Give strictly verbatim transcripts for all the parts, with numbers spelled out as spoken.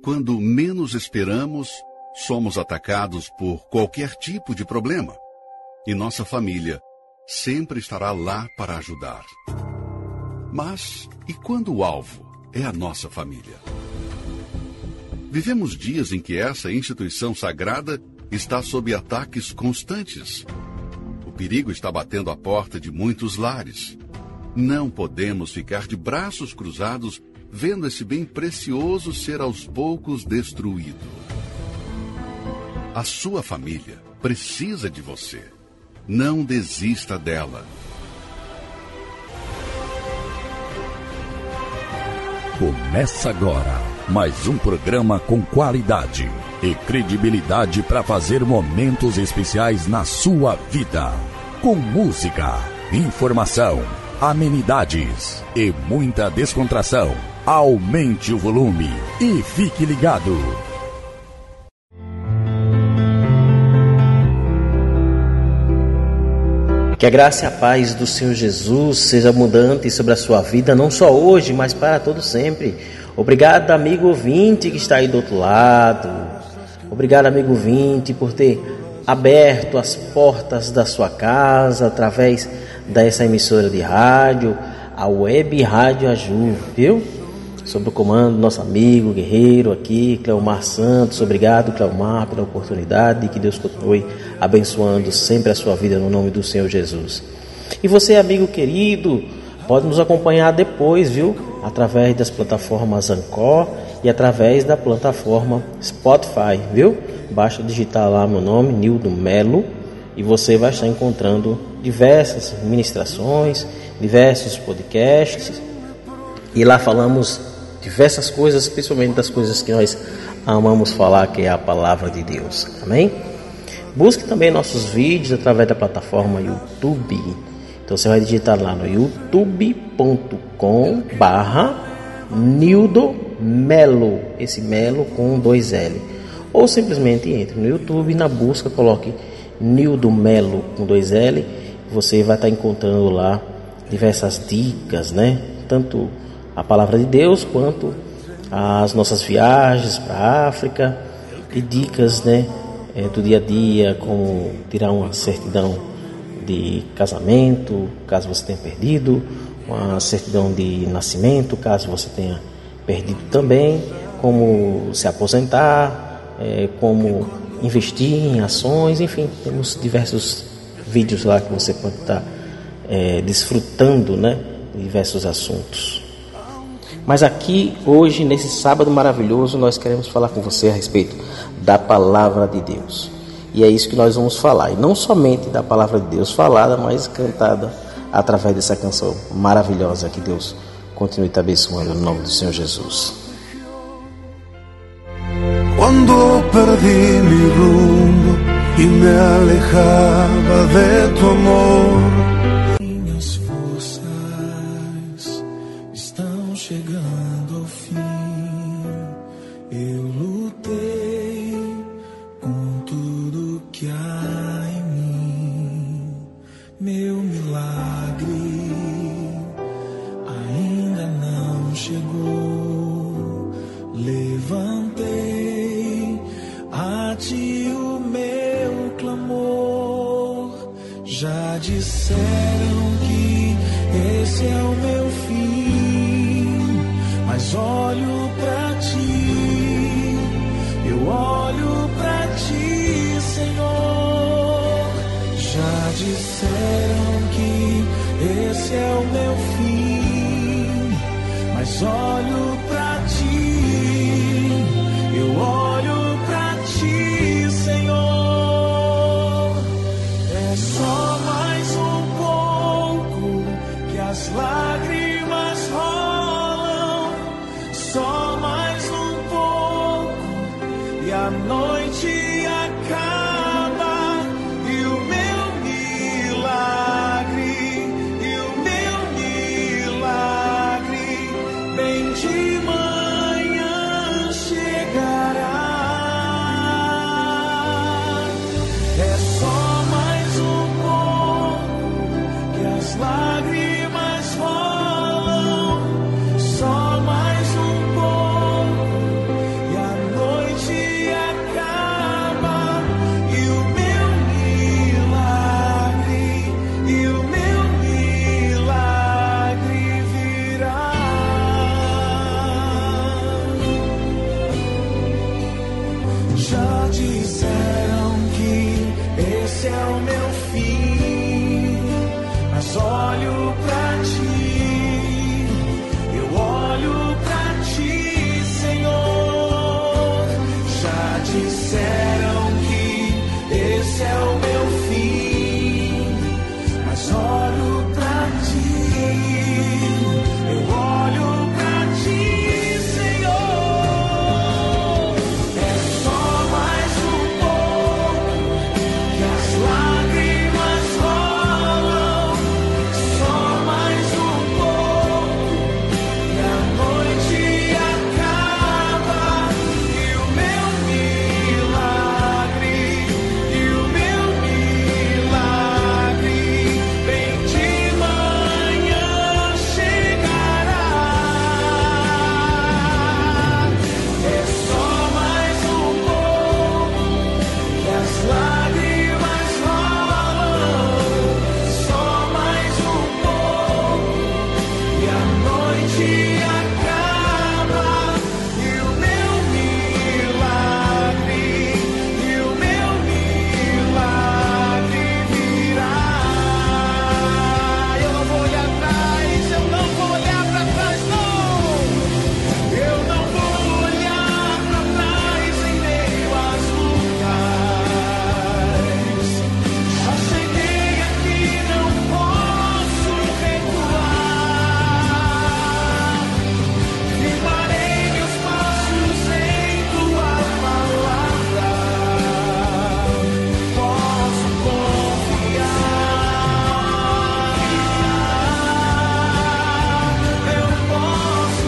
quando menos esperamos, somos atacados por qualquer tipo de problema. E nossa família sempre estará lá para ajudar. Mas e quando o alvo é a nossa família? Vivemos dias em que essa instituição sagrada está sob ataques constantes. O perigo está batendo à porta de muitos lares. Não podemos ficar de braços cruzados vendo esse bem precioso ser aos poucos destruído. A sua família precisa de você. Não desista dela. Começa agora mais um programa com qualidade e credibilidade para fazer momentos especiais na sua vida. Com música, informação, amenidades e muita descontração. Aumente o volume e fique ligado. Que a graça e a paz do Senhor Jesus seja abundante sobre a sua vida, não só hoje, mas para todo sempre. Obrigado, amigo ouvinte que está aí do outro lado. Obrigado, amigo ouvinte, por ter aberto as portas da sua casa através dessa emissora de rádio, a Web Rádio Aju, viu? Sob o comando do nosso amigo guerreiro aqui, Cleomar Santos. Obrigado, Cleomar, pela oportunidade, e que Deus continue abençoando sempre a sua vida no nome do Senhor Jesus. E você, amigo querido, pode nos acompanhar depois, viu? Através das plataformas Anchor e através da plataforma Spotify, viu? Basta digitar lá meu nome, Nildo Melo, e você vai estar encontrando diversas ministrações, diversos podcasts, e lá falamos diversas coisas, principalmente das coisas que nós amamos falar, que é a palavra de Deus. Amém? Busque também nossos vídeos através da plataforma YouTube. Então você vai digitar lá no youtube ponto com barra Nildo Melo, esse Melo com dois L. Ou simplesmente entre no YouTube e na busca coloque Nildo Melo com dois L. Você vai estar encontrando lá diversas dicas, né? Tanto a palavra de Deus quanto as nossas viagens para a África e dicas, né, é, do dia a dia, como tirar uma certidão de casamento, caso você tenha perdido, uma certidão de nascimento, caso você tenha perdido também, como se aposentar, é, como investir em ações, enfim, temos diversos vídeos lá que você pode estar é, desfrutando, né, de diversos assuntos. Mas aqui, hoje, nesse sábado maravilhoso, nós queremos falar com você a respeito da palavra de Deus. E é isso que nós vamos falar. E não somente da palavra de Deus falada, mas cantada através dessa canção maravilhosa. Que Deus continue te abençoando no nome do Senhor Jesus. Quando perdi mi rumbo e me alejaba de tu amor, chegando ao fim, eu lutei com tudo que há em mim. Meu milagre ainda não chegou. Levantei a ti o meu clamor. Já disseram que esse é o meu fim, mas olho pra ti, eu olho pra ti, Senhor. Já disseram que esse é o meu fim, mas olho pra ti, eu olho pra ti, Senhor. É só mais um pouco que as lágrimas rolam, só mais um pouco e a noite acaba, e o meu milagre, e o meu milagre bem de manhã chegará. É só mais um pouco que as lágrimas rolam, só mais um pouco e a disseram que esse é o meu fim, mas olho pra ti, eu olho pra ti, Senhor. Já disseram que esse é o meu fim, mas olho pra ti, eu olho pra ti, Senhor. É só mais um pouco que as lágrimas rolam, só mais um pouco e a noite acaba, e o meu milagre, e o meu milagre bem de manhã chegará. É só mais um pouco que as lágrimas rolam, só mais um pouco e a noite acaba, e o meu milagre, e o meu milagre virá. Eu não vou olhar atrás, eu não vou olhar pra trás, não. Eu não vou olhar pra trás em meio às lutas. Já cheguei aqui, não posso recuar. Firmarei meus passos em tua palavra. Posso confiar. Eu posso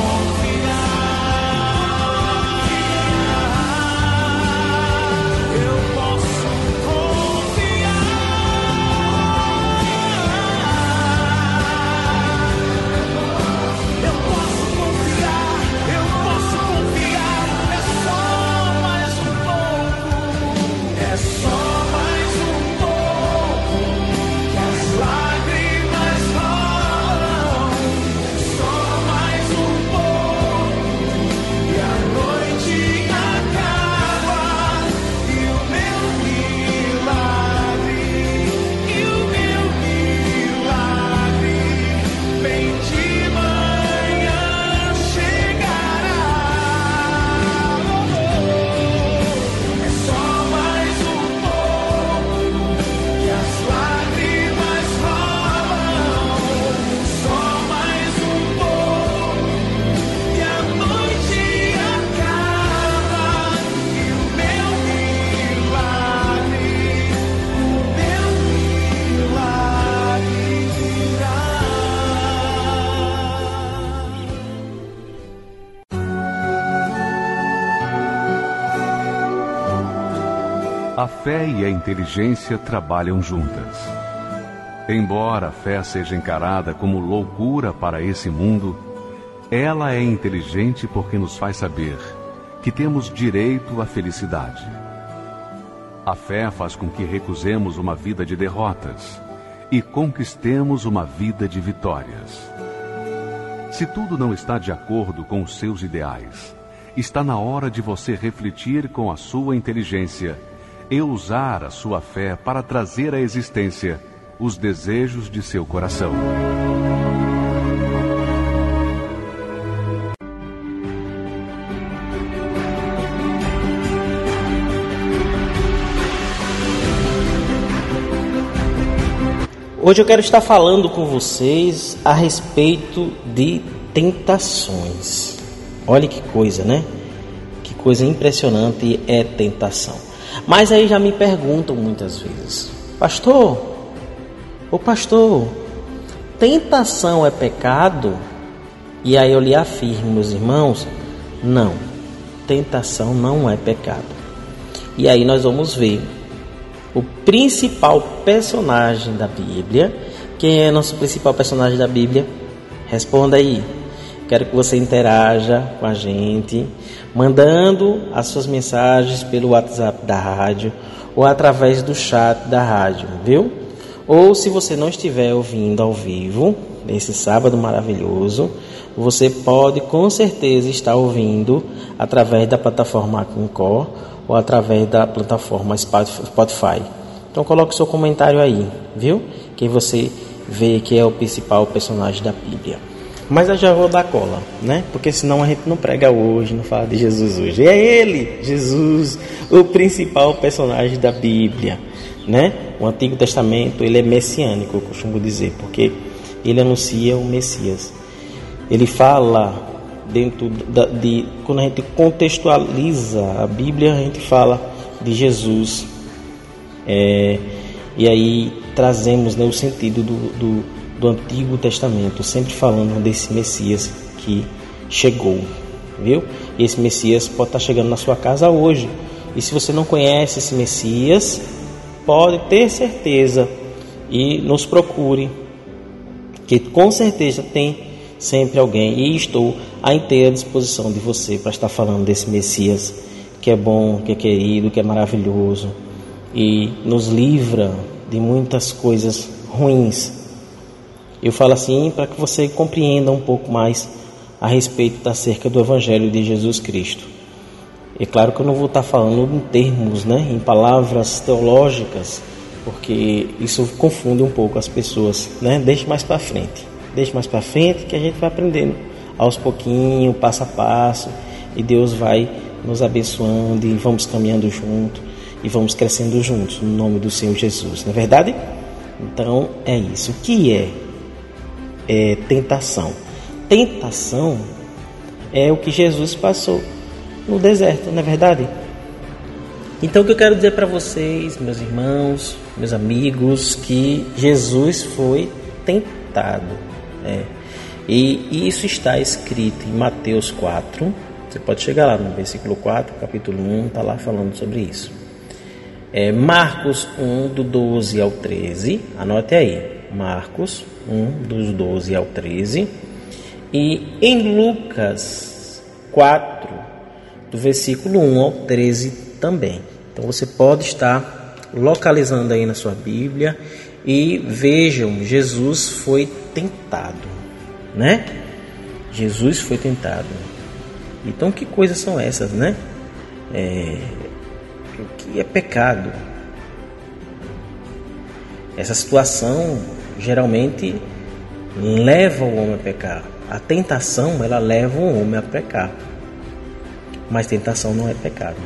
confiar. Eu posso confiar. Eu posso confiar. Eu posso confiar. É só mais um pouco. É só mais um pouco que as lágrimas rolam. Só mais um pouco e a noite acaba, e o meu milagre, e o meu milagre bem de manhã chegará. É só mais um pouco que as lágrimas rolam, só mais um pouco e a noite acaba, e o meu milagre, o meu milagre virá. A fé e a inteligência trabalham juntas. Embora a fé seja encarada como loucura para esse mundo, ela é inteligente porque nos faz saber que temos direito à felicidade. A fé faz com que recusemos uma vida de derrotas e conquistemos uma vida de vitórias. Se tudo não está de acordo com os seus ideais, está na hora de você refletir com a sua inteligência e usar a sua fé para trazer à existência os desejos de seu coração. Hoje eu quero estar falando com vocês a respeito de tentações. Olha que coisa, né? Que coisa impressionante é tentação. Mas aí já me perguntam muitas vezes: Pastor, ô pastor, tentação é pecado? E aí eu lhe afirmo, meus irmãos, não, tentação não é pecado. E aí nós vamos ver o principal personagem da Bíblia. Quem é nosso principal personagem da Bíblia? Responda aí. Quero que você interaja com a gente, mandando as suas mensagens pelo WhatsApp da rádio ou através do chat da rádio, viu? Ou se você não estiver ouvindo ao vivo, nesse sábado maravilhoso, você pode com certeza estar ouvindo através da plataforma Anchor ou através da plataforma Spotify. Então coloque seu comentário aí, viu? Que você vê que é o principal personagem da Bíblia. Mas eu já vou dar cola, né? Porque senão a gente não prega hoje, não fala de Jesus hoje. E é ele, Jesus, o principal personagem da Bíblia, né? O Antigo Testamento, ele é messiânico, eu costumo dizer, porque ele anuncia o Messias. Ele fala dentro da, de... Quando a gente contextualiza a Bíblia, a gente fala de Jesus. É, e aí trazemos, né, o sentido do... do do Antigo Testamento, sempre falando desse Messias que chegou, viu? E esse Messias pode estar chegando na sua casa hoje. E se você não conhece esse Messias, pode ter certeza e nos procure, que com certeza tem sempre alguém, e estou à inteira disposição de você para estar falando desse Messias que é bom, que é querido, que é maravilhoso e nos livra de muitas coisas ruins. Eu falo assim para que você compreenda um pouco mais a respeito acerca do Evangelho de Jesus Cristo. É claro que eu não vou estar falando em termos, né, em palavras teológicas, porque isso confunde um pouco as pessoas, né? Deixe mais para frente, deixe mais para frente que a gente vai aprendendo aos pouquinhos, passo a passo, e Deus vai nos abençoando e vamos caminhando junto e vamos crescendo juntos no nome do Senhor Jesus, não é verdade? Então é isso. O que é? É tentação. Tentação é o que Jesus passou no deserto, não é verdade? Então o que eu quero dizer para vocês, meus irmãos, meus amigos, que Jesus foi tentado. É. E isso está escrito em Mateus quatro. Você pode chegar lá no versículo quatro, capítulo um, está lá falando sobre isso. É, Marcos um, do doze ao treze, anote aí. Marcos um, dos doze ao treze, e em Lucas quatro, do versículo um ao treze também. Então você pode estar localizando aí na sua Bíblia e vejam, Jesus foi tentado, né? Jesus foi tentado. Então que coisas são essas, né? É, o que é pecado? Essa situação geralmente leva o homem a pecar. A tentação, ela leva o homem a pecar. Mas tentação não é pecado.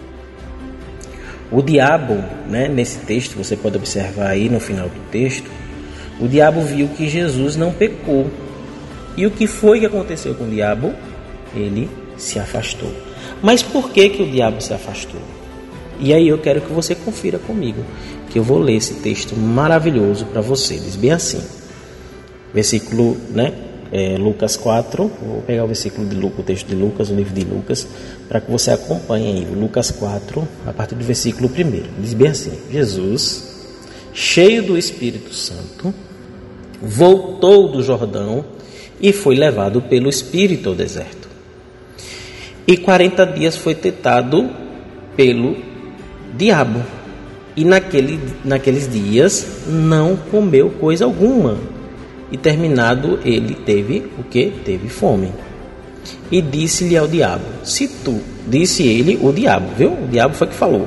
O diabo, né, nesse texto, você pode observar aí no final do texto, o diabo viu que Jesus não pecou. E o que foi que aconteceu com o diabo? Ele se afastou. Mas por que que o diabo se afastou? E aí eu quero que você confira comigo, que eu vou ler esse texto maravilhoso para você. Diz bem assim, versículo, né, é, Lucas quatro, vou pegar o versículo de Lucas, o texto de Lucas, o livro de Lucas, para que você acompanhe aí, Lucas quatro, a partir do versículo primeiro. Diz bem assim, Jesus, cheio do Espírito Santo, voltou do Jordão e foi levado pelo Espírito ao deserto. E quarenta dias foi tentado pelo diabo. E naquele, naqueles dias não comeu coisa alguma. E terminado ele teve o que? Teve fome. E disse-lhe ao diabo, se tu, disse ele o diabo, viu? O diabo foi que falou.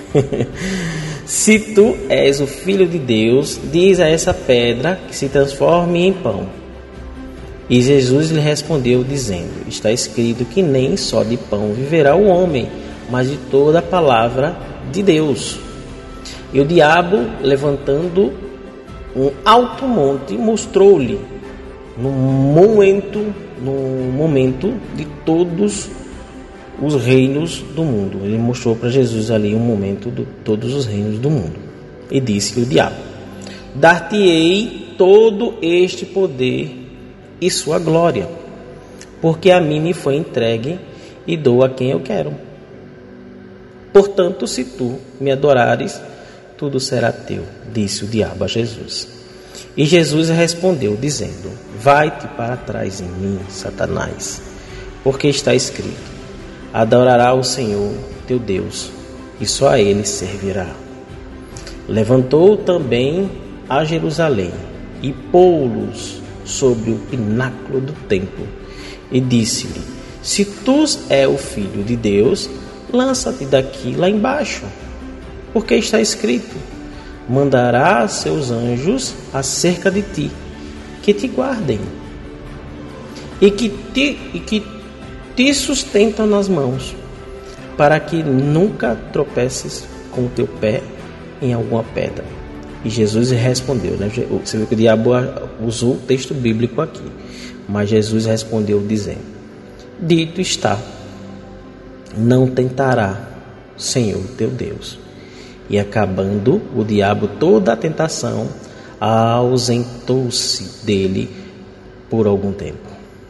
Se tu és o Filho de Deus, diz a essa pedra que se transforme em pão. E Jesus lhe respondeu dizendo, está escrito que nem só de pão viverá o homem, mas de toda a palavra de Deus. E o diabo, levantando um alto monte, mostrou-lhe no momento, no momento de todos os reinos do mundo. Ele mostrou para Jesus ali um momento de todos os reinos do mundo. E disse-lhe o diabo, dar-te-ei todo este poder e sua glória, porque a mim me foi entregue e dou a quem eu quero. Portanto, se tu me adorares, tudo será teu, disse o diabo a Jesus. E Jesus respondeu, dizendo, vai-te para trás em mim, Satanás, porque está escrito, adorará o Senhor teu Deus, e só a ele servirá. Levantou também a Jerusalém, e pô-los sobre o pináculo do templo, e disse-lhe, se tu és o Filho de Deus, lança-te daqui lá embaixo, porque está escrito: mandará seus anjos acerca de ti, que te guardem e que te, e que te sustentam nas mãos, para que nunca tropeces com o teu pé em alguma pedra. E Jesus respondeu, né? Você vê que o diabo usou o texto bíblico aqui, mas Jesus respondeu dizendo: dito está, não tentará o Senhor teu Deus. E acabando o diabo toda a tentação, ausentou-se dele por algum tempo.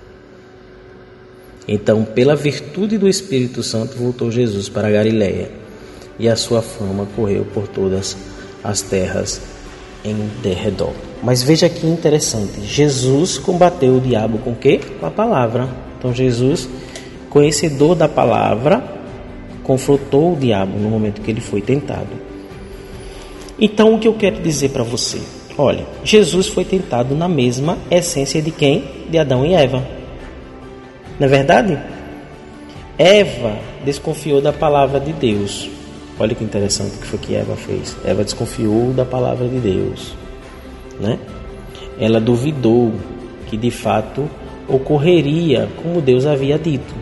Então, pela virtude do Espírito Santo, voltou Jesus para a Galiléia, e a sua fama correu por todas as terras em derredor. Mas veja que interessante, Jesus combateu o diabo com o quê? Com a palavra. Então Jesus, conhecedor da palavra, confrontou o diabo no momento que ele foi tentado. Então o que eu quero dizer para você? Olha, Jesus foi tentado na mesma essência de quem? De Adão e Eva. Não é verdade? Eva desconfiou da palavra de Deus. Olha que interessante o que foi que Eva fez. Eva desconfiou da palavra de Deus, né? Ela duvidou que de fato ocorreria como Deus havia dito.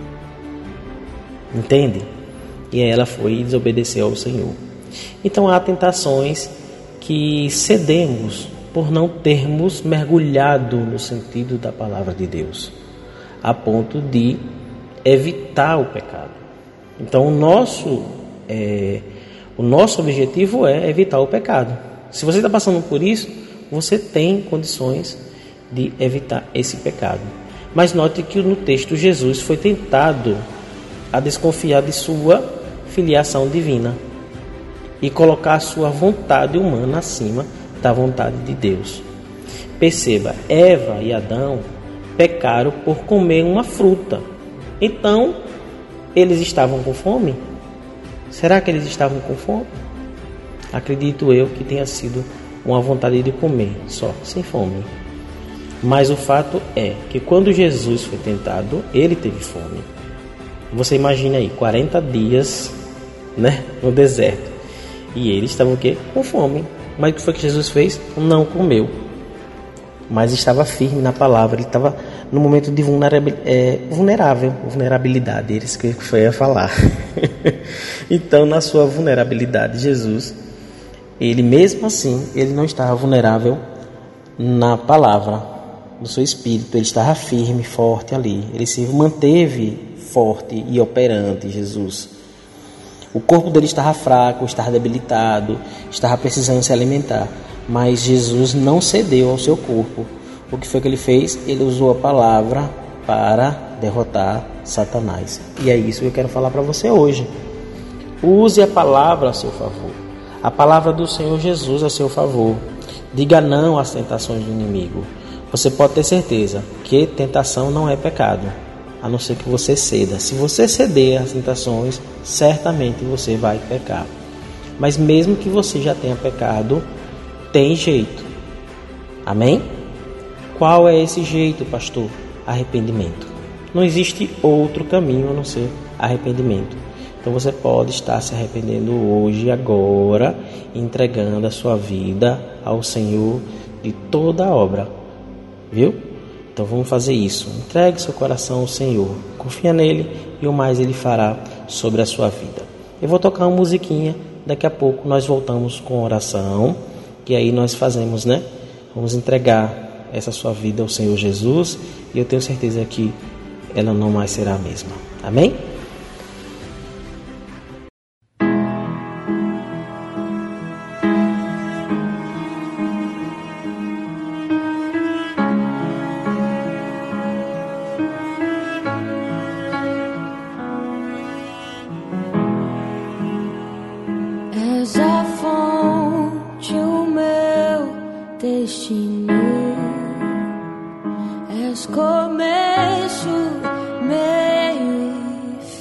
Entende? E aí ela foi e desobedeceu ao Senhor. Então há tentações que cedemos por não termos mergulhado no sentido da palavra de Deus, a ponto de evitar o pecado. Então o nosso, é, o nosso objetivo é evitar o pecado. Se você está passando por isso, você tem condições de evitar esse pecado. Mas note que no texto Jesus foi tentado a desconfiar de sua filiação divina e colocar a sua vontade humana acima da vontade de Deus. Perceba, Eva e Adão pecaram por comer uma fruta. Então, eles estavam com fome? Será que eles estavam com fome? Acredito eu que tenha sido uma vontade de comer, só, sem fome. Mas o fato é que quando Jesus foi tentado, ele teve fome. Você imagina aí, quarenta dias, né, no deserto. E ele estava o quê? Com fome. Mas o que foi que Jesus fez? Não comeu. Mas estava firme na palavra. Ele estava no momento de vulnerabil, é, vulnerável, vulnerabilidade. Eles que foi a falar. Então, na sua vulnerabilidade, Jesus, ele mesmo assim, ele não estava vulnerável na palavra, no seu espírito. Ele estava firme, forte ali. Ele se manteve forte e operante, Jesus. O corpo dele estava fraco, estava debilitado, estava precisando se alimentar. Mas Jesus não cedeu ao seu corpo. O que foi que ele fez? Ele usou a palavra para derrotar Satanás. E é isso que eu quero falar para você hoje. Use a palavra a seu favor. A palavra do Senhor Jesus a seu favor. Diga não às tentações do inimigo. Você pode ter certeza que tentação não é pecado, a não ser que você ceda. Se você ceder às tentações, certamente você vai pecar. Mas mesmo que você já tenha pecado, tem jeito. Amém? Qual é esse jeito, pastor? Arrependimento. Não existe outro caminho a não ser arrependimento. Então você pode estar se arrependendo hoje, agora, entregando a sua vida ao Senhor de toda a obra. Viu? Então vamos fazer isso. Entregue seu coração ao Senhor. Confia nele e o mais ele fará sobre a sua vida. Eu vou tocar uma musiquinha. Daqui a pouco nós voltamos com oração. E aí nós fazemos, né? Vamos entregar essa sua vida ao Senhor Jesus. E eu tenho certeza que ela não mais será a mesma. Amém? És a fonte, o meu destino. És começo, meio e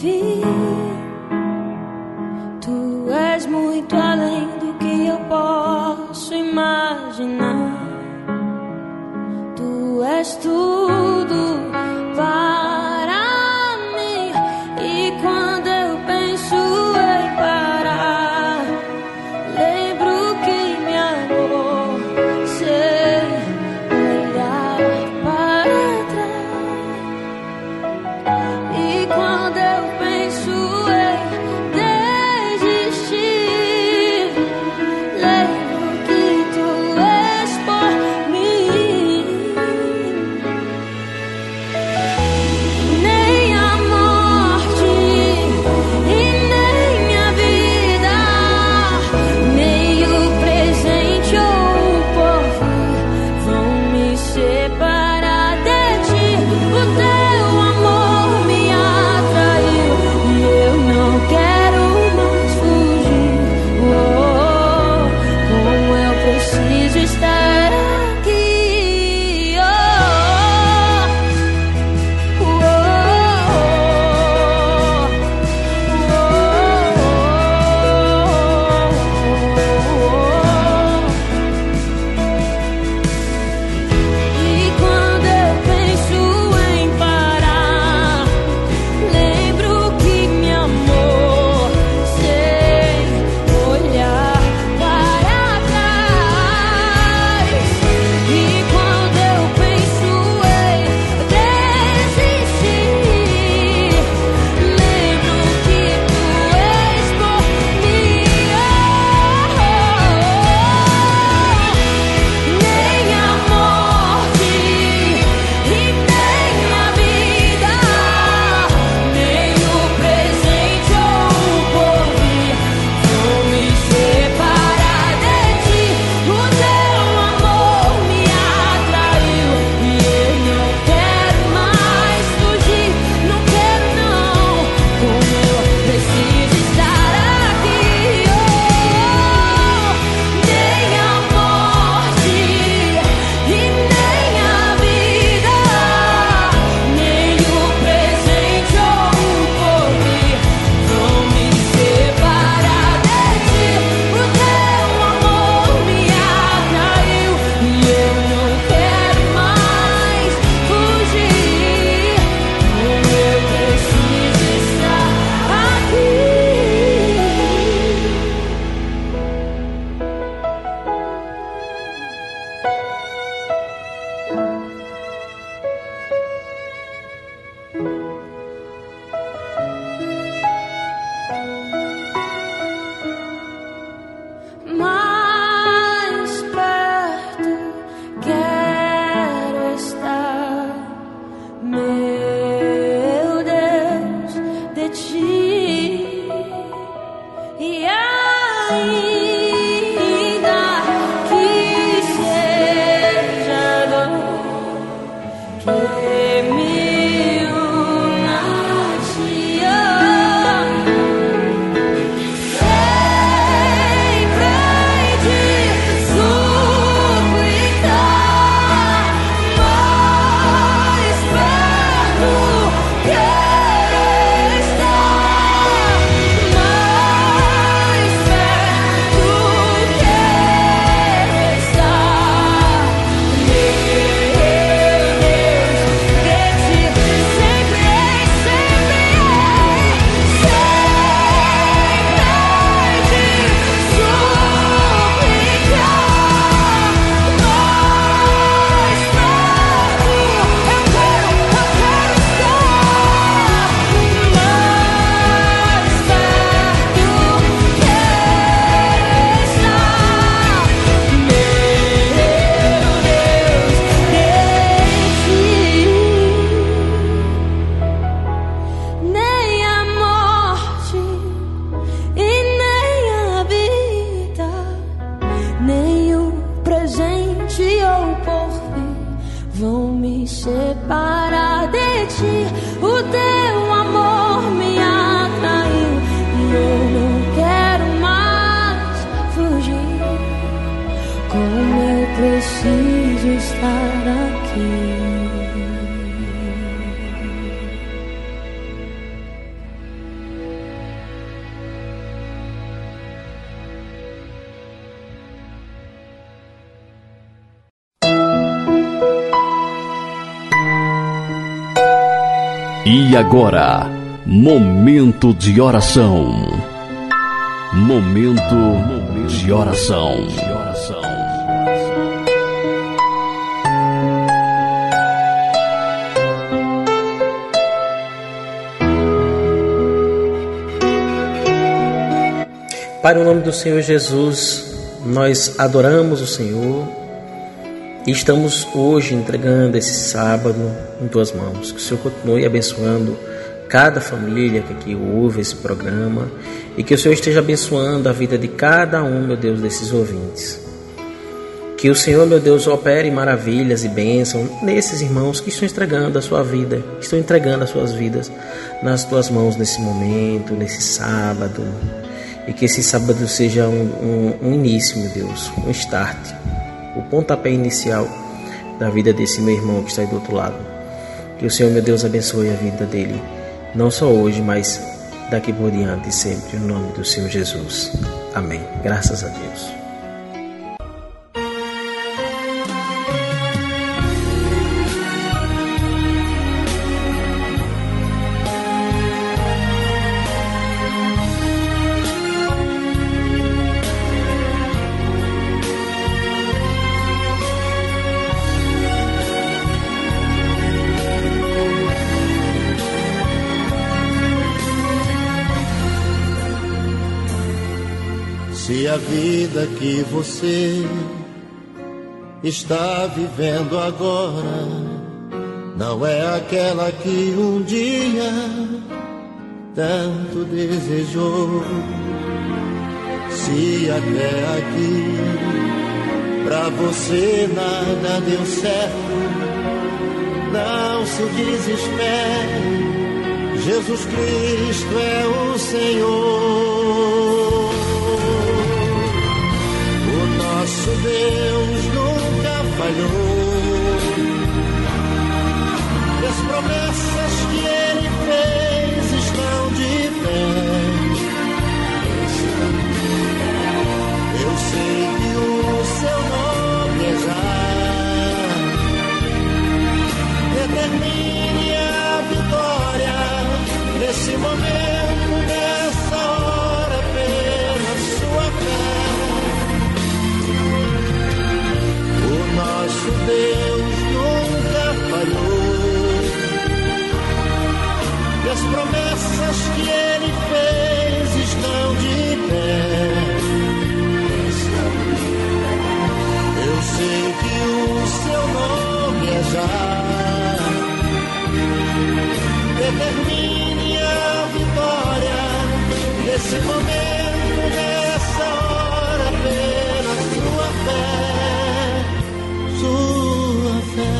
E agora, momento de oração. Momento de oração. Pai, no nome do Senhor Jesus, nós adoramos o Senhor e estamos hoje entregando esse sábado em Tuas mãos. Que o Senhor continue abençoando cada família que aqui ouve esse programa e que o Senhor esteja abençoando a vida de cada um, meu Deus, desses ouvintes. Que o Senhor, meu Deus, opere maravilhas e bênçãos nesses irmãos que estão entregando a sua vida, estão entregando as suas vidas nas Tuas mãos nesse momento, nesse sábado. E que esse sábado seja um, um, um início, meu Deus, um start, o pontapé inicial da vida desse meu irmão que está aí do outro lado. Que o Senhor, meu Deus, abençoe a vida dele, não só hoje, mas daqui por diante, sempre, no nome do Senhor Jesus. Amém. Graças a Deus. Se a vida que você está vivendo agora não é aquela que um dia tanto desejou, se até aqui pra você nada deu certo, não se desespere, Jesus Cristo é o Senhor. Nosso Deus nunca falhou, e as promessas que Ele fez estão de pé. Eu sei que o seu nome é já, determine a vitória nesse momento, nessa hora, pela sua fé. Nosso Deus nunca falhou, e as promessas que Ele fez estão de pé. Eu sei que o seu nome é já, determine a vitória nesse momento, nessa hora, pela sua fé. Sua fé.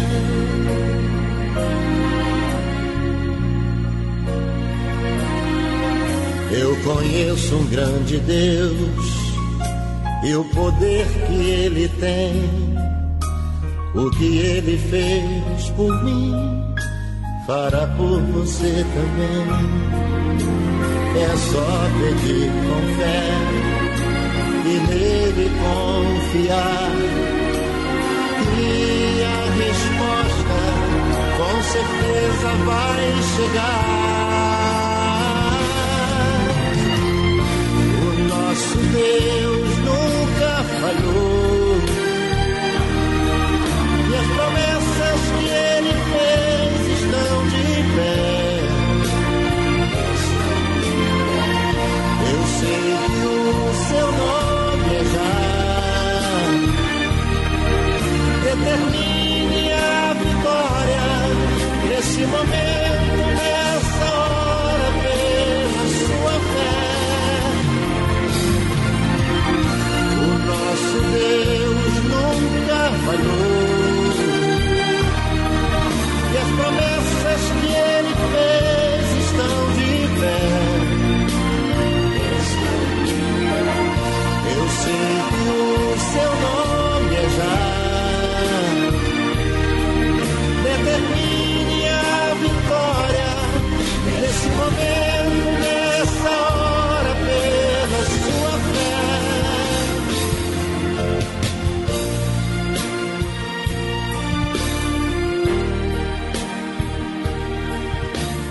Eu conheço um grande Deus e o poder que Ele tem. O que Ele fez por mim fará por você também. É só pedir com fé e nele confiar, e a resposta com certeza vai chegar. O nosso Deus nunca falhou, e as promessas que Ele fez estão de pé. Eu sei que o seu nome é já, determine a vitória nesse momento, nessa hora.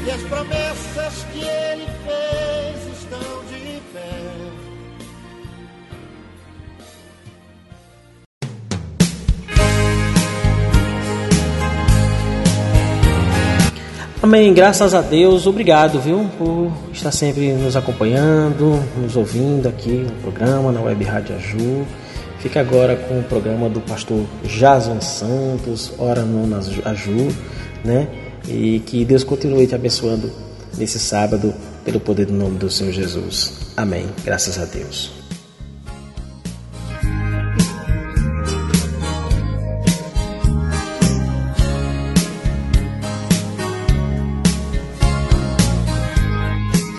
e as promessas que ele fez estão de pé. Amém, graças a Deus, obrigado, viu, por estar sempre nos acompanhando, nos ouvindo aqui no programa, na Web Rádio Aju. Fica agora com o programa do pastor Jason Santos, Hora Nona Aju, né? E que Deus continue te abençoando nesse sábado, pelo poder do nome do Senhor Jesus. Amém, graças a Deus.